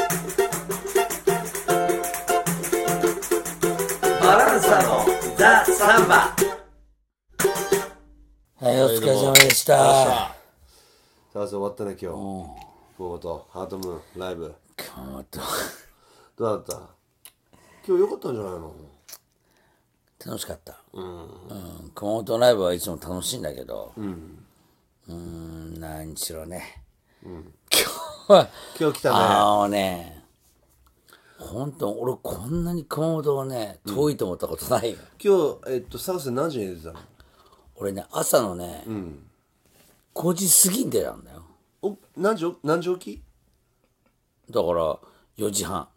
バランサのザ・サンバ。 はい、お疲れ様でした。 さあ終わったね今日。熊本ハートムーンライブ熊本どうだった？今日良かったんじゃないの？ 楽しかった。熊本ライブはいつも楽しいんだけど、何しろね。今日は今日来たね。 ね、本当俺こんなに熊本をね遠いと思ったことないよ。 今日探せ何時に出てたの？ 俺ね朝のね、5時過ぎに出たんだよ。 何時起き？ だから4時半。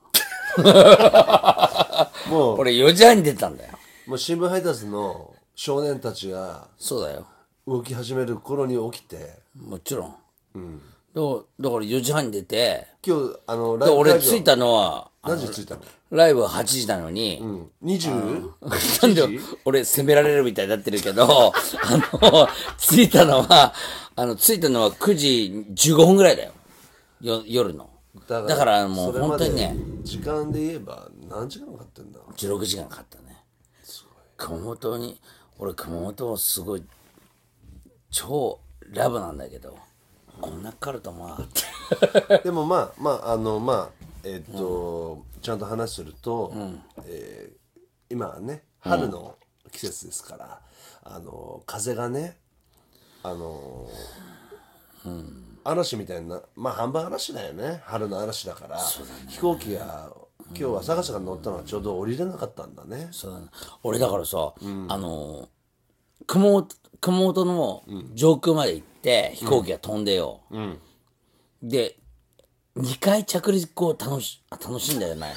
も俺4時半に出たんだよ。 う新聞配達の少年たちがそうだよ。 動き始める頃に起きて、 もちろん。だから4時半に出て、 今日ライブで俺会場着いたのは何時着いたのライブは8時なのに、 ？20？ なんで俺責められるみたいになってるけど着いたのは9時15分ぐらいだよ。夜の。だからもう本当にね、 時間で言えば何時間かかってんだ 16時間かかったね。熊本もすごい超ラブなんだけど、こんなかかると思わなかったでもちゃんと話すると、今はね春の季節ですから、風がね嵐みたいな、半分嵐だよね。春の嵐だから、飛行機が今日は坂下が乗ったのはちょうど降りれなかったんだね。 そうだね。俺だからさ、熊本の上空まで行って飛行機が飛んでよ、で2回着陸を楽しんだよね。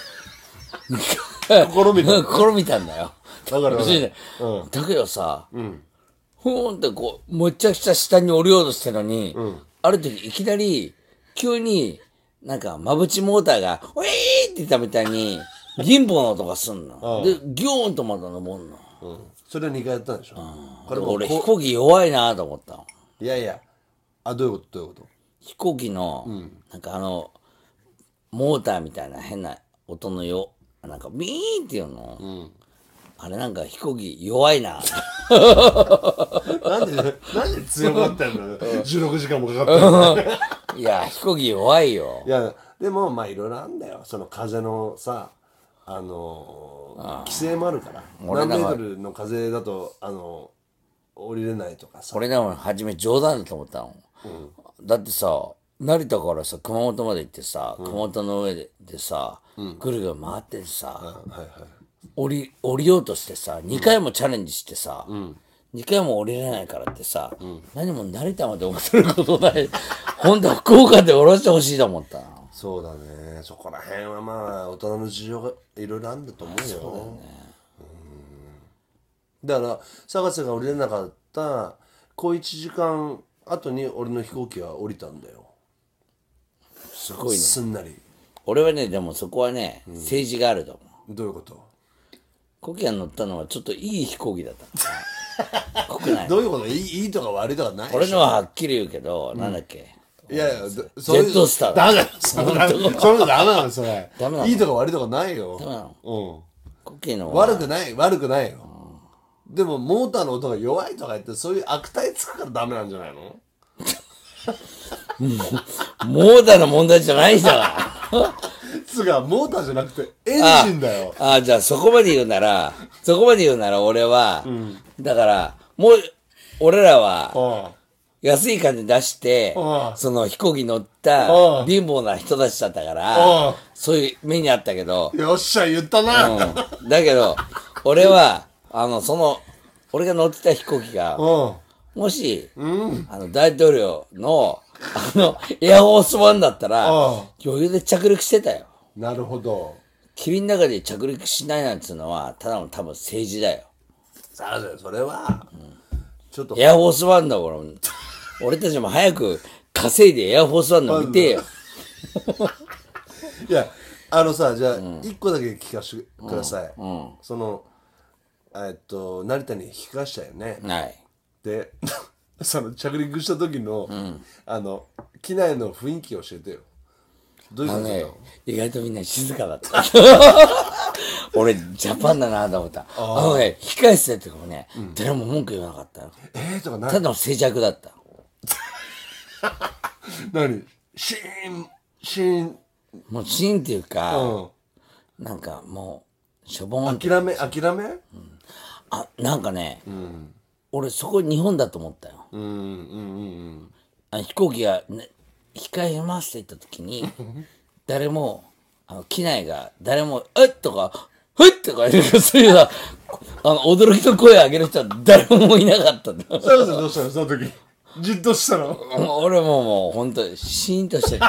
試みたんだよ。 だから、 だけどさ、ふーんってこうむちゃくちゃ下に降りようとしてるのに、ある時いきなり急になんかまぶちモーターがウィーって言ったみたいに銀棒の音がすんの。でギョーンとまた登んの。 それを2回やったんでしょ。これも俺飛行機弱いなと思ったの。 いやいや、どういうこと飛行機の、なんかモーターみたいな変な音のなんかビーンっていうの、あれなんか飛行機弱いな。 なんで強かったんだよ。16時間もかかった。 いや飛行機弱いよ。 いやでもいろいろあるんだよ。その風のさ規制もあるから、何メートルの風だと降りれないとかさ。 俺でも初め冗談だと思ったの、だってさ成田からさ熊本まで行ってさ、熊本の上でさ、ぐるぐる回ってさ、降りようとしてさ2回もチャレンジしてさ、2回も降りれないからってさ、何も成田まで降りることない。本当は福岡で降ろしてほしいと思ったな。 そうだね。そこら辺は大人の事情がいろいろあるんだと思うよ。そうだよね。だから坂瀬が降りれなかった小1時間後に俺の飛行機は降りたんだよ。 すごいね。 すんなり。 俺はねでもそこはね、政治があると思う。 どういうこと？ コキが乗ったのはちょっといい飛行機だったから国内どういうこと？いいとか悪いとかないでしょ。 俺のははっきり言うけど、なんだっけ、 いやいや、 ジェットスターダメだよ。それダメなのそれ。 ダメなの？ いいとか悪いとかないよ。 ダメなの？コキのは悪くないよ。でもモーターの音が弱いとか言ってそういう悪態つくからダメなんじゃないの？ モーターの問題じゃないじゃん。 つがモーターじゃなくてエンジンだよ。 じゃあそこまで言うなら俺は、だからもう俺らは安い金出してその飛行機乗った貧乏な人たちだったからそういう目にあったけど、 よっしゃ言ったな。 だけど俺は俺が乗ってた飛行機がもし、大統領のエアフォースワンだったら余裕で着陸してたよ。 なるほど。 霧の中で着陸しないなんていうのはただの多分政治だよ。 さあそれは、ちょっとエアフォースワンだから俺たちも早く稼いでエアフォースワンの見てよ。 いやじゃあ一個だけ聞かせてください。その成田に引き返したよね。 はい。 でその着陸した時の、機内の雰囲気を教えてよ。 どういうことだよ、 意外とみんな静かだった。俺、ジャパンだなと思った。控え室でとかもね、誰も文句言わなかったよ。 とかただの静寂だった。 何シーンもうシーンっていうか、なんかもう、しょぼーんって。 諦め、 なんかね、俺そこ日本だと思ったよ。飛行機が、ね、控えますって言った時に、誰も、機内が誰も、とか、とか言うそういうさ、驚きの声を上げる人は誰もいなかったんだ。 どうしたのその時。じっとしたの。 俺もう本当にシーンとしてた。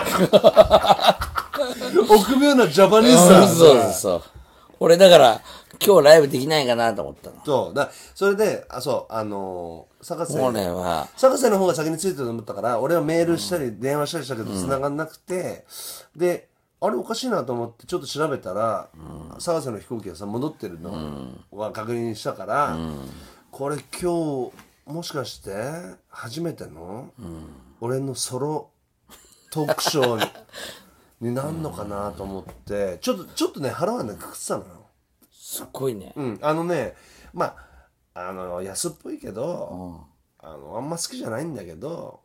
臆病なジャパニーズだ。 そう。俺だから、今日ライブできないかなと思ったの。 それで、博士。 俺は、 博士の方が先についてると思ったから、俺はメールしたり電話したりしたけど繋がんなくて、で、あれおかしいなと思ってちょっと調べたら、博士の飛行機がさ、戻ってるのは確認したから、これ今日、もしかして初めての、俺のソロトークショーになんのかなと思って、ちょっとね、腹はね、くくってたのよ。 すっごいね。 安っぽいけど、あんま好きじゃないんだけど、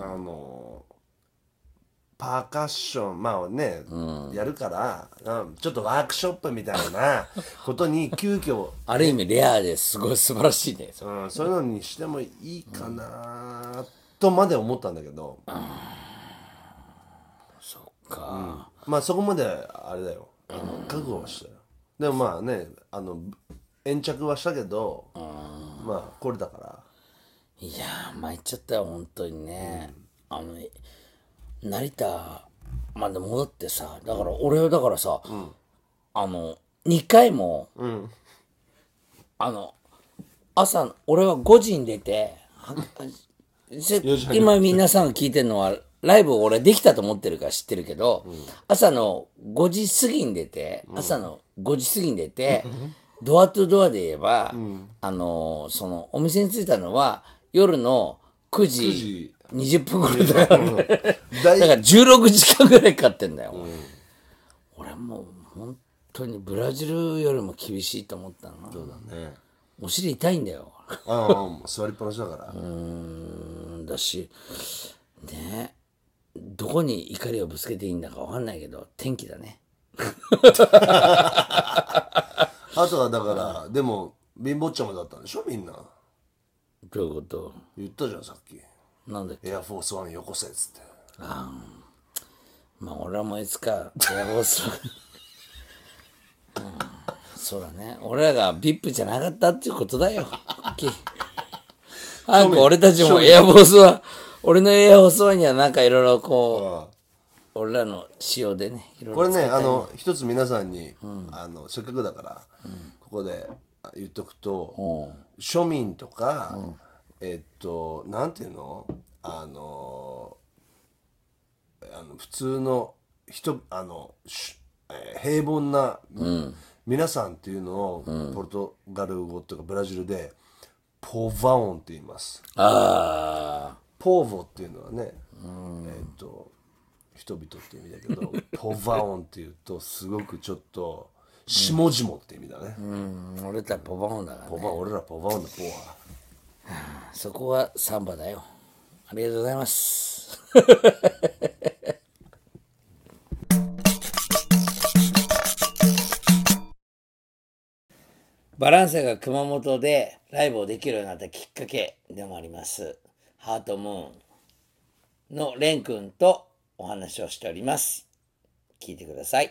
パーカッションやるから、ちょっとワークショップみたいなことに急遽ある意味レアですごい素晴らしいね。 そういうのにしてもいいかなとまで思ったんだけど、 そっか、 そこまであれだよ、覚悟はしたよ。でも延着はしたけど、これだから。 いやー参っちゃったよ本当にね。成田まで戻ってさ、だから俺はだからさ、2回も、朝俺は5時に出て今皆さんが聞いてるのはライブ俺できたと思ってるから知ってるけど、朝の5時過ぎに出て、ドアトゥドアで言えば、そのお店に着いたのは夜の9時20分ぐらいだからね。だから16時間ぐらいかかってんだよ。俺もう本当にブラジルよりも厳しいと思ったな。 そうだね。 お尻痛いんだよ。 座りっぱなしだから。 だし、ね、どこに怒りをぶつけていいんだかわかんないけど、天気だね。 あとはだから、でも貧乏ちゃまだったんでしょみんな。 どういうこと？ 言ったじゃんさっき。 なんだっけ？ エアフォースワンよこせっつって。 俺はもういつかエアフォースワンそうだね。俺らが VIP じゃなかったっていうことだよ。早く俺たちもエアフォースワン、俺のエアフォースワンにはなんかいろいろこう、俺らの仕様でね。 これね、一つ皆さんに、せっかくだから、ここで言っとくと、庶民とか、なんていうの？普通の人、平凡な、皆さんっていうのを、ポルトガル語とかブラジルでポヴァオンって言います。ポーヴォっていうのはね、人々っていう意味だけどポヴァオンっていうとすごくちょっと下々って意味だね。 俺らポヴァオンだからね。 俺らポヴァオンだポーは。 そこはサンバだよ。ありがとうございます。バランサが熊本でライブをできるようになったきっかけでもありますハートムーンのレン君とお話をしております。聞いてください。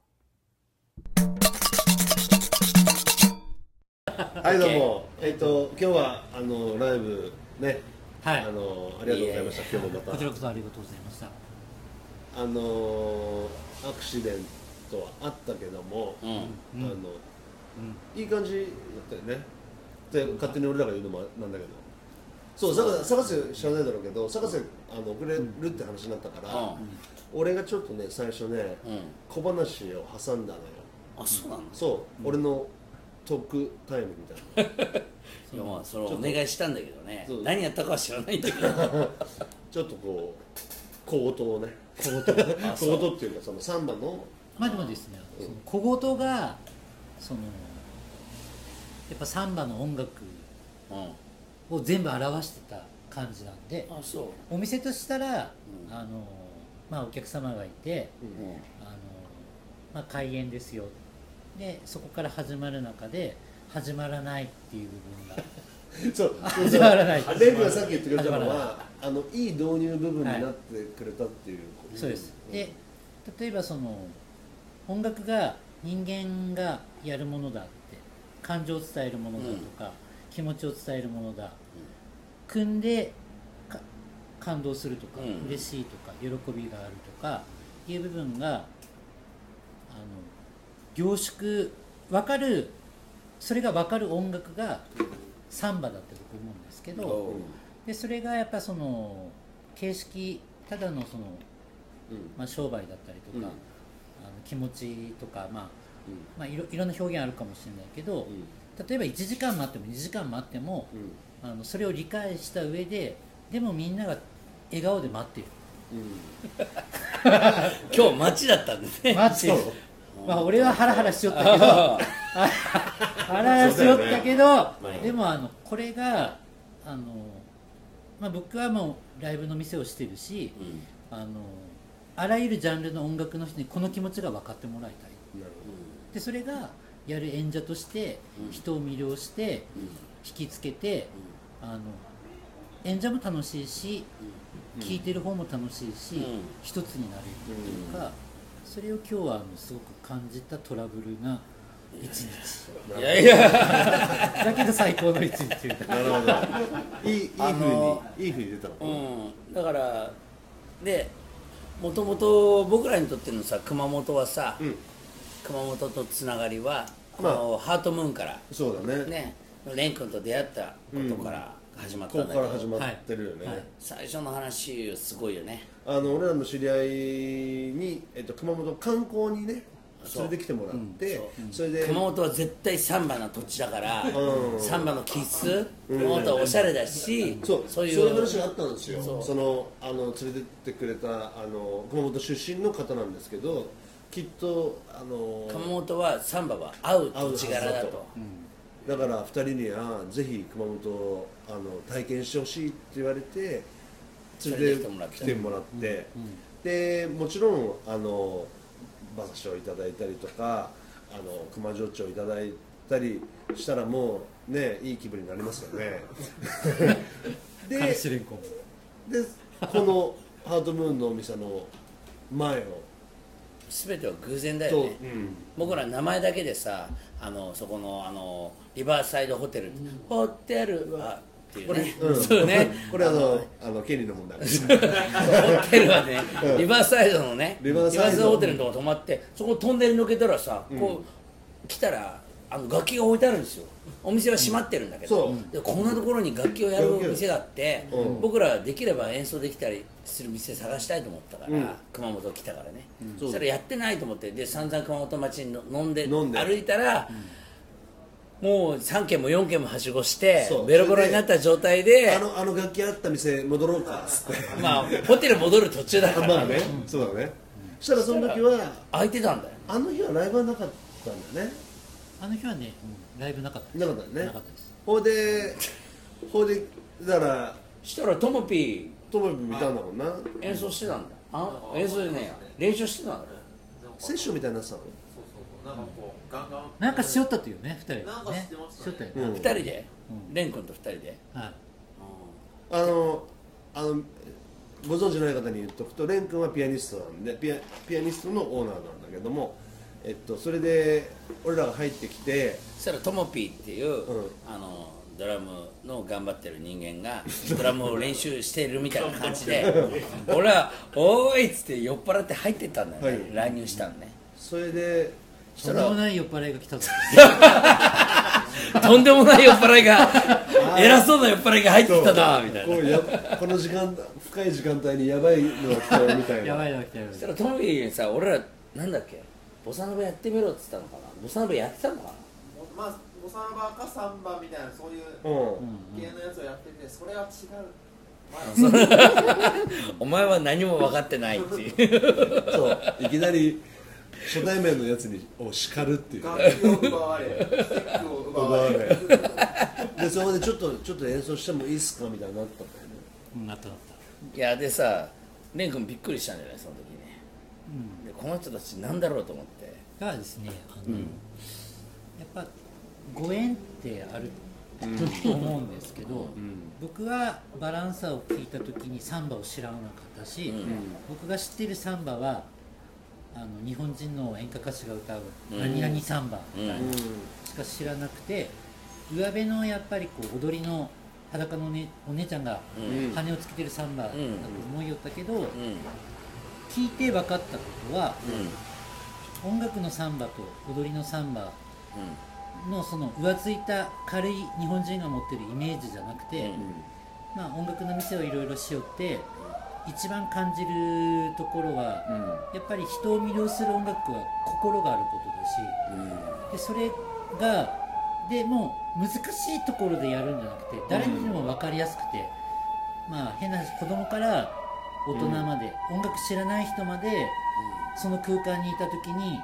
はいどうも、今日はライブね、 はい、 ありがとうございました。今日もまたこちらこそありがとうございました。 アクシデントはあったけども、いい感じだったよねって勝手に俺らが言うのもなんだけど、そう探せ知らないだろうけど、探せ遅れるって話になったから、俺がちょっとね最初ね、小話を挟んだのよ。 あ、そうなの？ そう、俺のトークタイムみたいな。 いやまあそれお願いしたんだけどね、何やったかは知らないんだけどちょっとこう口頭をね小言小言っていうかそのサンバのまあでもですね、その小言がそのやっぱサンバの音楽を全部表してた感じなんで、 あ、そう。 お店としたら、まあお客様がいて、まあ開演ですよ。でそこから始まる中で始まらないっていう部分がそう始まらない。 レンがさっき言ってくれたのはいい導入部分になってくれたっていう、 そうです。で例えばその音楽が人間がやるものだって、感情を伝えるものだとか、気持ちを伝えるものだ、組んで感動するとか、嬉しいとか喜びがあるとかいう部分が凝縮分かる、それが分かる音楽がサンバだって僕思うんですけど、でそれがやっぱその形式、ただのその、まあ、商売だったりとか、気持ちとか、まあいろんな表現あるかもしれないけど、例えば1時間待っても2時間待っても、それを理解した上で、でもみんなが笑顔で待ってる、 今日待ちだったんですね。 待ってる。まあ俺はハラハラしよったけどハラハラしよったけど、でもこれがまあ、僕はもうライブの店をしてるし、あらゆるジャンルの音楽の人にこの気持ちが分かってもらいたい。でそれがやる演者として人を魅了して引きつけて、演者も楽しいし、聴いてる方も楽しいし、一つになれるっていうか、それを今日はすごく感じたトラブルな一日。 いやいやだけど最高の一日みたいな。 なるほど。いい風に出たの。 だからで、もともと僕らにとってのさ、熊本はさ、熊本とつながりはこのハートムーンからそうだね。 ね、レン君と出会ったことから始まったここんだけど、 から始まってるよね。 最初の話すごいよね。 俺らの知り合いに、熊本観光にね連れてきてもらって、それで熊本は絶対サンバの土地だから、サンバの気質、もっとおしゃれだし、 そういう話があったんですよ。その連れてってくれた熊本出身の方なんですけど、きっと熊本はサンバは合う土地柄だと。 だから2人にはぜひ熊本を体験してほしいって言われて連れてきてもらって、でもちろん馬刺しをいただいたりとか熊焼酎をいただいたりしたらもうね、いい気分になりますよね。でこのハートムーンのお店の前を全ては偶然だよね。僕ら名前だけでさ、そこのリバーサイドホテル、ホテルはっていうね、そうね、 これ権利の問題です。 ホテルはね、リバーサイドのね、リバーサイドホテルのとこ泊まって、そこトンネル抜けたらさ、こう来たら楽器が置いてあるんですよ。お店は閉まってるんだけど、でこんなところに楽器をやる店があって、僕らできれば演奏できたりする店探したいと思ったから、熊本来たからね、そしたらやってないと思って、で散々熊本町に飲んで歩いたら、もう3軒も4軒もはしごしてベロベロになった状態で、 楽器あった店戻ろうかっつって、 まあホテル戻る途中だからまあね、そうだね。そしたらその時は空いてたんだよ。 あの日はライブはなかったんだよね。 あの日はね、ライブなかったなかったね。 なかったです。 ほいでだからしたらトモピトモピ見たんだもんな。 演奏してたんだ。演奏でね、練習してたんだよ。 セッションみたいになってたの。 なんかしよったというね、2人でね。しよったよね。 2人で、レン君と2人で。 ご存知ない方に言っとくと、レン君はピアニストなんで、ピアニストのオーナーなんだけども、それで俺らが入ってきて、 そしたらトモピーっていう、ドラムの頑張ってる人間がドラムを練習しているみたいな感じで俺は「おーい!」っつって酔っ払って入ってったんだよね、乱入したのね。 それでとんでもない酔っ払いが来たぞ。 とんでもない酔っ払いが偉そうな酔っ払いが入ってきたなみたいな。 この時間、深い時間帯にやばいのが来たよみたいな。 やばいのが来たよ。 そしたらトモピーにさ、俺らなんだっけ、ボサノバやってみろっつったのかな。ボサノバやってたのかな。 まあボサノバかサンバみたいなそういう系のやつをやってて、それは違う。 お前は何も分かってないっていうそういきなり初対面のやつを叱るっていう、 楽器を奪われスティックを奪われでそこでちょっと演奏してもいいっすかみたいになったんだよね。 なったなった。 いやでさ蓮くんびっくりしたんじゃないその時に、でこの人たちなんだろうと思ってがですねやっぱご縁ってあると思うんですけど、僕はバランサを聞いた時にサンバを知らなかったし、僕が知ってるサンバは日本人の演歌歌手が歌う何々サンバみたいなしか知らなくて、上辺のやっぱりこう踊りの裸のお姉ちゃんが羽をつけてるサンバだと思いよったけど、聞いて分かったことは、音楽のサンバと踊りのサンバのその浮ついた軽い日本人が持ってるイメージじゃなくて、まあ音楽の店をいろいろしよって一番感じるところは、やっぱり人を魅了する音楽は心があることだし、でそれがでもう難しいところでやるんじゃなくて誰にでも分かりやすくて、まあ変な話子供から大人まで、音楽知らない人まで、その空間にいた時に、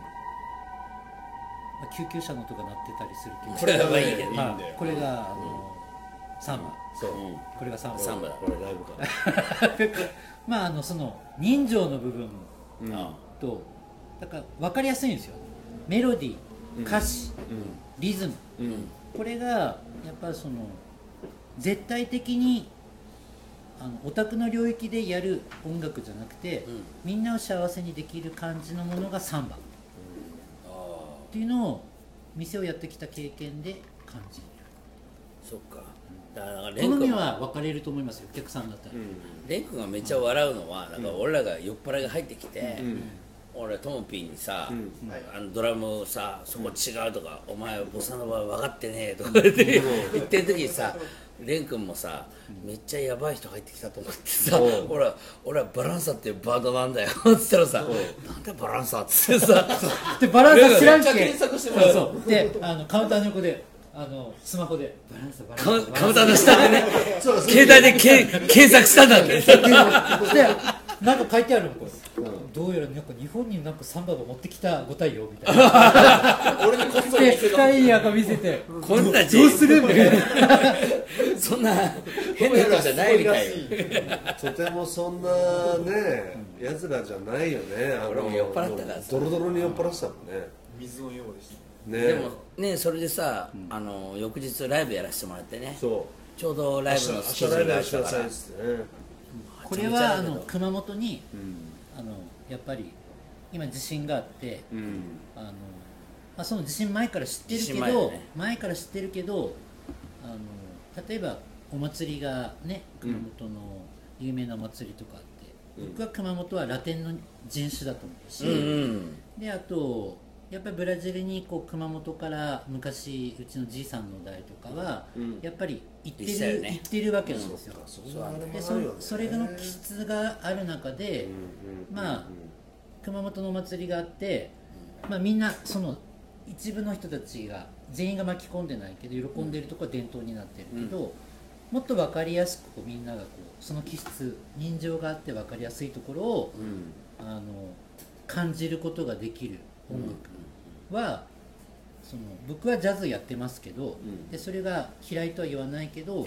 救急車の音が鳴ってたりするけど、 これがいいけど、 これがサンバ、 そう、 これがサンバサンバだこれライブかまあその人情の部分と、だから分かりやすいんですよ。メロディー、歌詞、リズム、これがやっぱりその絶対的にオタクの領域でやる音楽じゃなくて、みんなを幸せにできる感じのものがサンバっていうのを店をやってきた経験で感じる。 そっか。だから好みは分かれると思いますよ、お客さんだったら。 蓮くんがめっちゃ笑うのは、なんか俺らが酔っ払いが入ってきて、俺トモピーにさ、ドラムさそこ違うとか、お前ボサノバ分かってねえとか言ってる時にさ、蓮くんもさ、めっちゃヤバい人入ってきたと思ってさ、俺はバランサっていうバンドなんだよって言ったらさ、なんでバランサってさでバランサ知らんけ、 検索してもらう。 そうでカウンターの横でスマホでバランサカウンターの下でね携帯で検索したんだってでなんか書いてあるのこれ、どうやらなんか日本になんかサンバが持ってきた5体よみたいな俺にこっそり見せたいやか見せてこんなどうするみたいなそんな変な人じゃないみたいとてもそんなねやつらじゃないよね。 俺も酔っ払ったからさ、 ドロドロに酔っ払ってたもんね。 水のようでしたねでもね、それでさ、翌日ライブやらせてもらってね、 そうちょうどライブのスケジュールがあったから、 これは熊本に、やっぱり今地震があって、その地震前から知ってるけど、前から知ってるけど例えばお祭りがね、熊本の有名なお祭りとかあって、僕は熊本はラテンの人種だと思うし、であとやっぱりブラジルにこう熊本から昔うちのじいさんの代とかは、やっぱり行ってるわけなんですよ。でそれの気質がある中で、まあ熊本のお祭りがあって、まあ、みんなその一部の人たちが全員が巻き込んでないけど喜んでるところは伝統になってるけど、もっと分かりやすくこうみんながこうその気質人情があって分かりやすいところを、感じることができる音楽は、その僕はジャズやってますけど、でそれが嫌いとは言わないけど、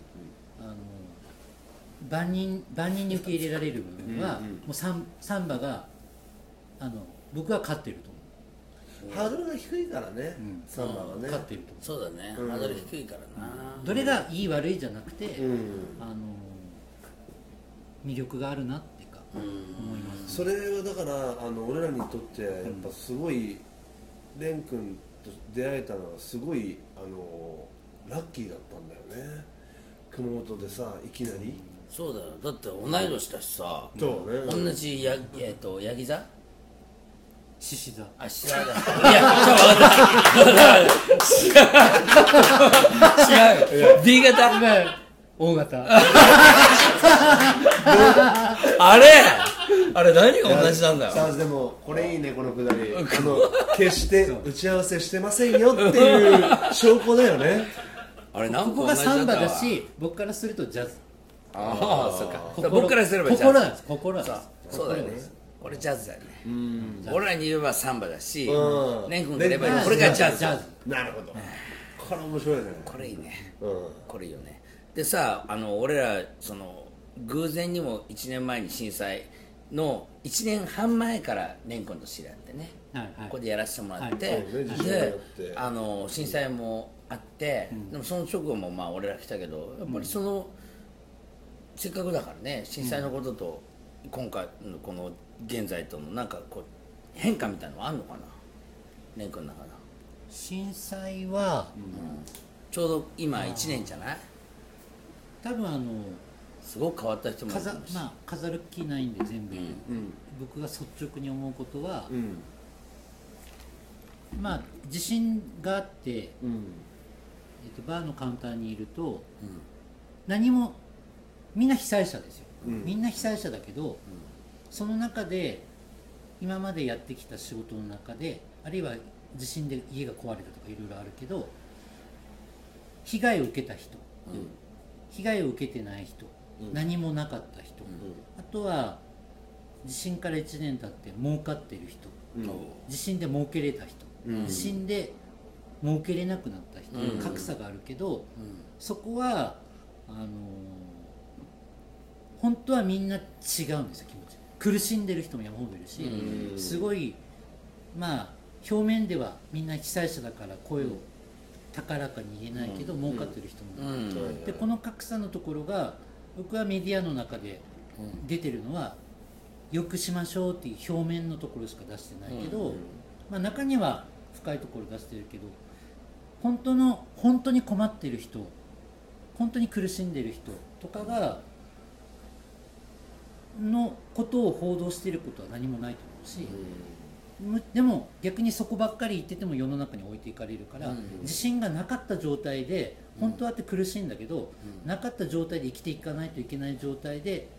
万人に受け入れられる部分は、もうサンバが僕は勝ってると思う。 ハードルが低いからね、サンバはね勝ってると思う。 そうだね、ハードル低いからな、 どれがいい悪いじゃなくて、魅力があるなっていうか、思います。 それはだから俺らにとってやっぱすごい、蓮くんと出会えたのはすごいラッキーだったんだよね。熊本でさいきなり。 そうだよ、だって同い年だしさ、 そうね、 同じヤギ座獅子座、 獅子座だ。いや、ちょっと違う B 型、 大型あれ何が同じなんだよ。 さあでもこれいいね、このくだり。決して打ち合わせしてませんよっていう証拠だよね。 あれなんかここがサンバだし、僕からするとジャズ。 ああそうか僕からすればジャズ心なんです心なんですそうだよねこれジャズだよね俺らに言えばサンバだし蓮君が言えばまあこれがジャズなるほどこれ面白いねこれいいねこれいいよねでさ俺らその偶然にも1年前に震災の1年半前から蓮君と知り合ってねここでやらせてもらってで震災もあってでもその直後もまあ俺ら来たけどやっぱりそのせっかくだからね震災のことと今回のこの現在とのなんかこう変化みたいなのはあるのかな蓮君の中で震災は、 ちょうど今1年じゃない多分すごく変わった人もいるし飾る気ないんで全部、僕が率直に思うことは、まあ地震があって、バーのカウンターにいると、何もみんな被災者ですよ、みんな被災者だけど、その中で今までやってきた仕事の中であるいは地震で家が壊れたとかいろいろあるけど被害を受けた人、被害を受けてない人、何もなかった人、あとは地震から1年経って儲かってる人、地震で儲けれた人、地震で儲けれなくなった人、格差があるけど、そこは本当はみんな違うんですよ気持ち。苦しんでる人も山ほどいるし、すごいまあ表面ではみんな被災者だから声を高らかに言えないけど、儲かってる人もいる、でこの格差のところが僕はメディアの中で出てるのは、よくしましょうっていう表面のところしか出してないけど、まあ、中には深いところ出してるけど本当に困ってる人、本当に苦しんでる人とかがのことを報道していることは何もないと思うし、でも逆にそこばっかり言ってても世の中に置いていかれるから、自信がなかった状態で本当はって苦しいんだけど、なかった状態で生きていかないといけない状態で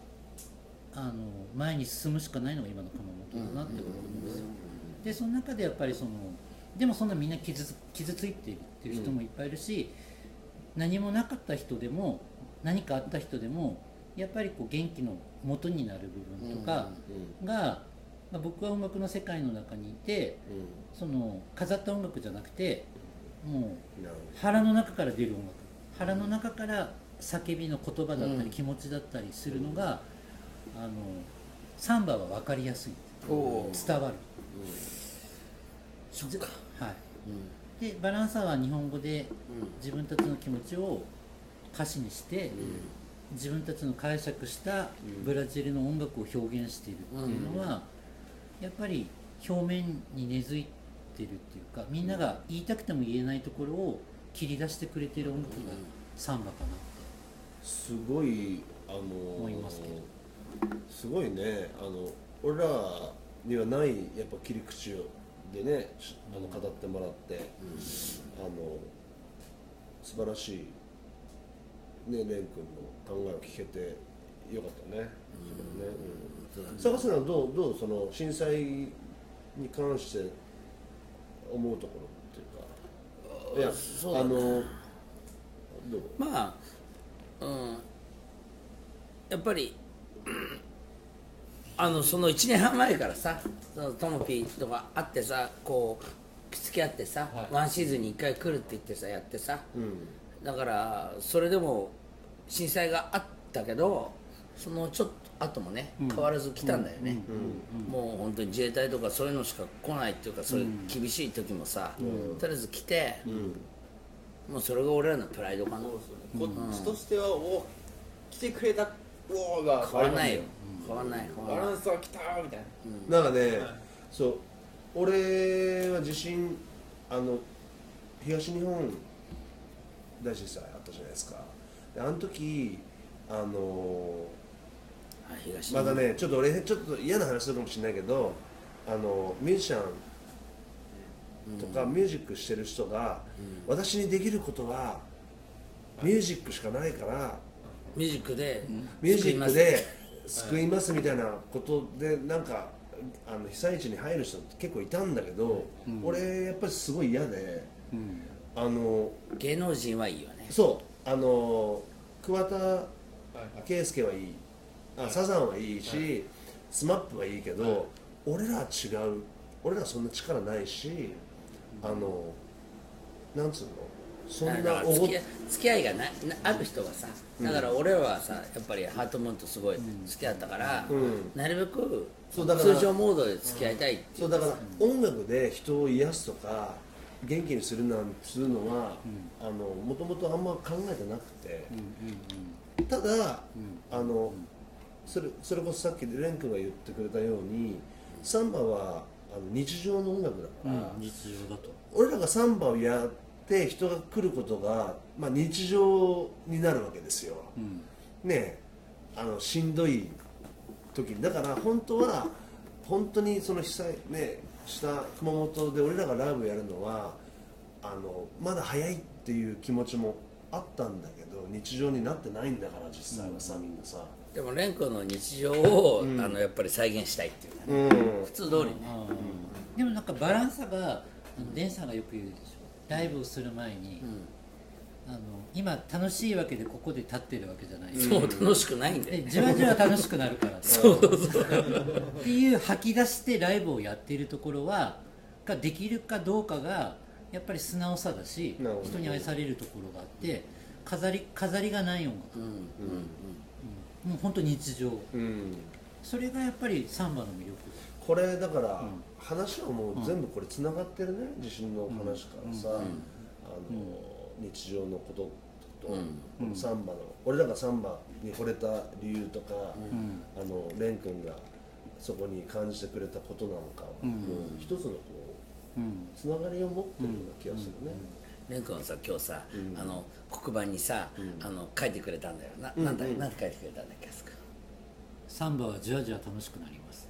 前に進むしかないのが今の熊本だなって思うんですよ。でその中でやっぱりでもそんなみんな傷ついているっていう人もいっぱいいるし、何もなかった人でも何かあった人でもやっぱりこう元気の元になる部分とかが、僕は音楽の世界の中にいて、飾った音楽じゃなくてもう腹の中から出る音楽、腹の中から叫びの言葉だったり気持ちだったりするのが、サンバは分かりやすい、伝わる、 そっかはい、でバランサーは日本語で自分たちの気持ちを歌詞にして、自分たちの解釈したブラジルの音楽を表現しているっていうのは、やっぱり表面に根付いてるっていうか、みんなが言いたくても言えないところを切り出してくれてる音楽がサンバかなってすごい思いますけど、 すごいね俺らにはないやっぱ切り口でね語ってもらって、素晴らしいね蓮くんの考えを聞けてよかったね。坂瀬さんはどうその震災に関して思うところっていうか、 そうだね、 どうまあ、やっぱりその1年半前からさトモピーとか会ってさこう付き合ってさ、ワンシーズンに1回来るって言ってさやってさ、だからそれでも震災があったけどそのちょっと後もね変わらず来たんだよね、もう本当に自衛隊とかそういうのしか来ないっていうか、そういう厳しい時もさ、とりあえず来て、もうそれが俺らのプライドかな。 こっちとしては来てくれたが変わらないよ、変わらないバランスは来たみたいな、 なんかね、そう俺は地震東日本大震災あったじゃないですか。での時まだねちょっと嫌な話するかもしれないけどミュージシャンとかミュージックしてる人が、私にできることはミュージックしかないからミュージックで救いますみたいなことでなんか被災地に入る人結構いたんだけど、俺やっぱりすごい嫌で、 芸能人はいいよね。 そう桑田圭介はいい、サザンはいいし、スマップはいいけど、俺らは違う、俺らはそんな力ないし、なんつうの、そんなだから付き合いがある人がさ、だから俺らはさ、やっぱりハートムーンとすごい付き合ったから、なるべくそうだから通常モードで付き合いたいっていう。 そうだから音楽で人を癒すとか元気にするなんつうのは、もともとあんま考えてなくて、ただ、それこそさっきレン君が言ってくれたように、サンバは日常の音楽だから、 日常だと俺らがサンバをやって人が来ることが、日常になるわけですよ、ねえ、しんどい時に。だから本当は本当にその被災ねした熊本で俺らがライブやるのはまだ早いっていう気持ちもあったんだけど、日常になってないんだから実際はさ、みんなさ。 でも蓮君の日常を、やっぱり再現したいっていうかね、普通通りね、 でもなんかバランサがデンさんがよく言うでしょ、ライブをする前に、今楽しいわけでここで立ってるわけじゃない、 そう楽しくないんだよね、 でじわじわ楽しくなるからっていう吐き出してライブをやっているところはができるかどうかがやっぱり素直さだし、人に愛されるところがあって、飾りがない音楽、もう本当日常、それがやっぱりサンバの魅力。 これだから、話はもう全部これつながってるね、地震の話からさ、日常のことと、サンバの俺らがサンバに惚れた理由とか、レン君がそこに感じてくれたことなんかは、一つのこう、つながりを持ってるような気がするね。 蓮君はさ、今日さ、黒板にさ、書いてくれたんだよ。なんて書いてくれたんだっけ、 サンバはじわじわ楽しくなります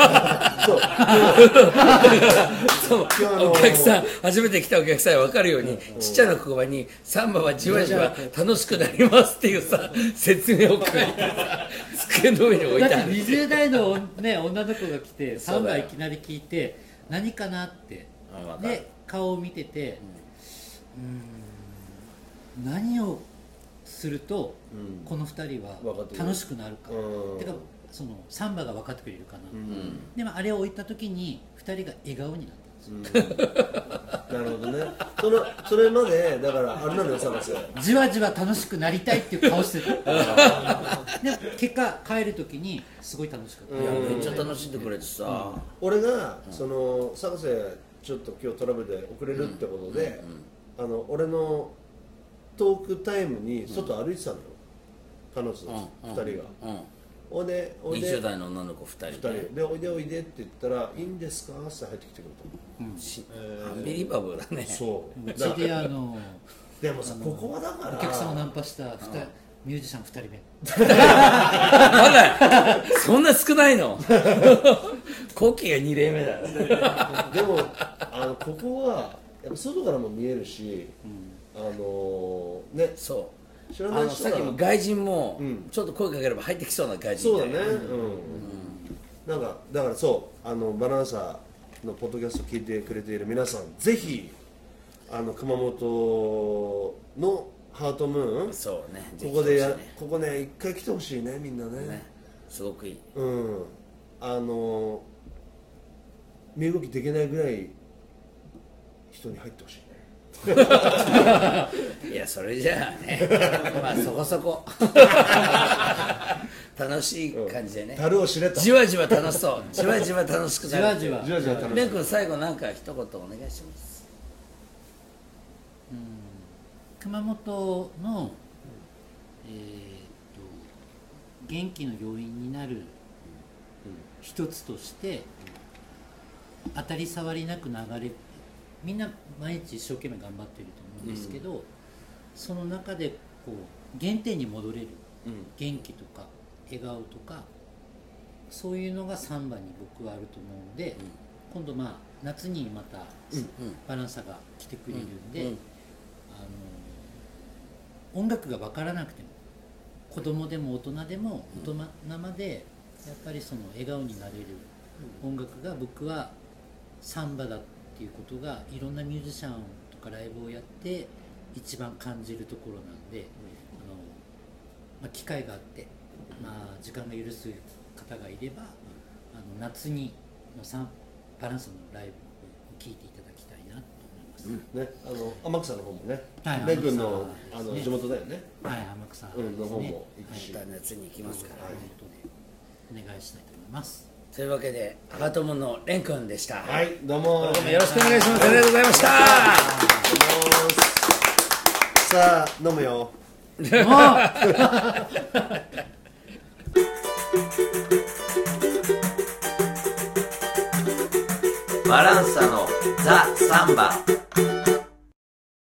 そうお客さん、初めて来たお客さん分かるように、ちっちゃな黒板にサンバはじわじわ楽しくなりますっていうさ、説明を書いてさ、机の上に置いてある。 だって20代の、ね、女の子が来てサンバいきなり聞いて何かなってで顔を見てて、何をするとこの2人は楽しくなるか、てかそのサンバが分かってくれるかな、でもあれを置いた時に2人が笑顔になったんですよ、 なるほどね。それまでだからあれなのよ、探せじわじわ楽しくなりたいっていう顔してたで結果帰る時にすごい楽しかった、 いやめっちゃ楽しんでくれてさ、 俺がその探せちょっと今日トラブルで遅れるってことで、俺のトークタイムに外歩いてたのよ、彼女2人が。おいで 20代の女の子2人でおいでおいでって言ったらいいんですかって入ってきてくれた。 アンビリバブルだね。 そううちででもさ、ここはだからお客さんをナンパしたミュージシャン2人目まだそんな少ないのコッキーが2例目だでもここはやっぱ外からも見えるし、ね、 そう知らない人さっきの外人もちょっと声かければ入ってきそうな外人そうだね、なんかだからそうバランサーのポッドキャストを聞いてくれている皆さん、ぜひ熊本のハートムーン、 そうね、 ここね一回来てほしいね、みんなね、 すごくいい、 身動きできないぐらい人に入ってほしいねいやそれじゃあねまあそこそこ楽しい感じでね、 樽を知れたじわじわ楽しそうじわじわ楽しくなるじわじわ楽しい。 レン君最後なんか一言お願いします。 熊本の、元気の要因になる一つとして当たり障りなく流れ、みんな毎日一生懸命頑張ってると思うんですけど、その中でこう原点に戻れる、元気とか笑顔とかそういうのがサンバに僕はあると思うんで、今度夏にまたバランサが来てくれるんで、音楽が分からなくても子供でも大人でも大人までやっぱりその笑顔になれる音楽が僕はサンバだっていうことがいろんなミュージシャンとかライブをやって一番感じるところなんで、 機会があって、時間が許す方がいれば夏にバランサのライブを聴いていただきたいなと思います、 ね、天草の方もね、 はいレン君の天草ですね地元だよね、 はい天草ですね、 の方も行くし、 夏に行きますから、 ということでお願いしたいと思います。 というわけでハートモンのレン君でした。 はい、どうもよろしくお願いします。ありがとうございました。 さあ飲むよ。 バランサのザ・サンバ。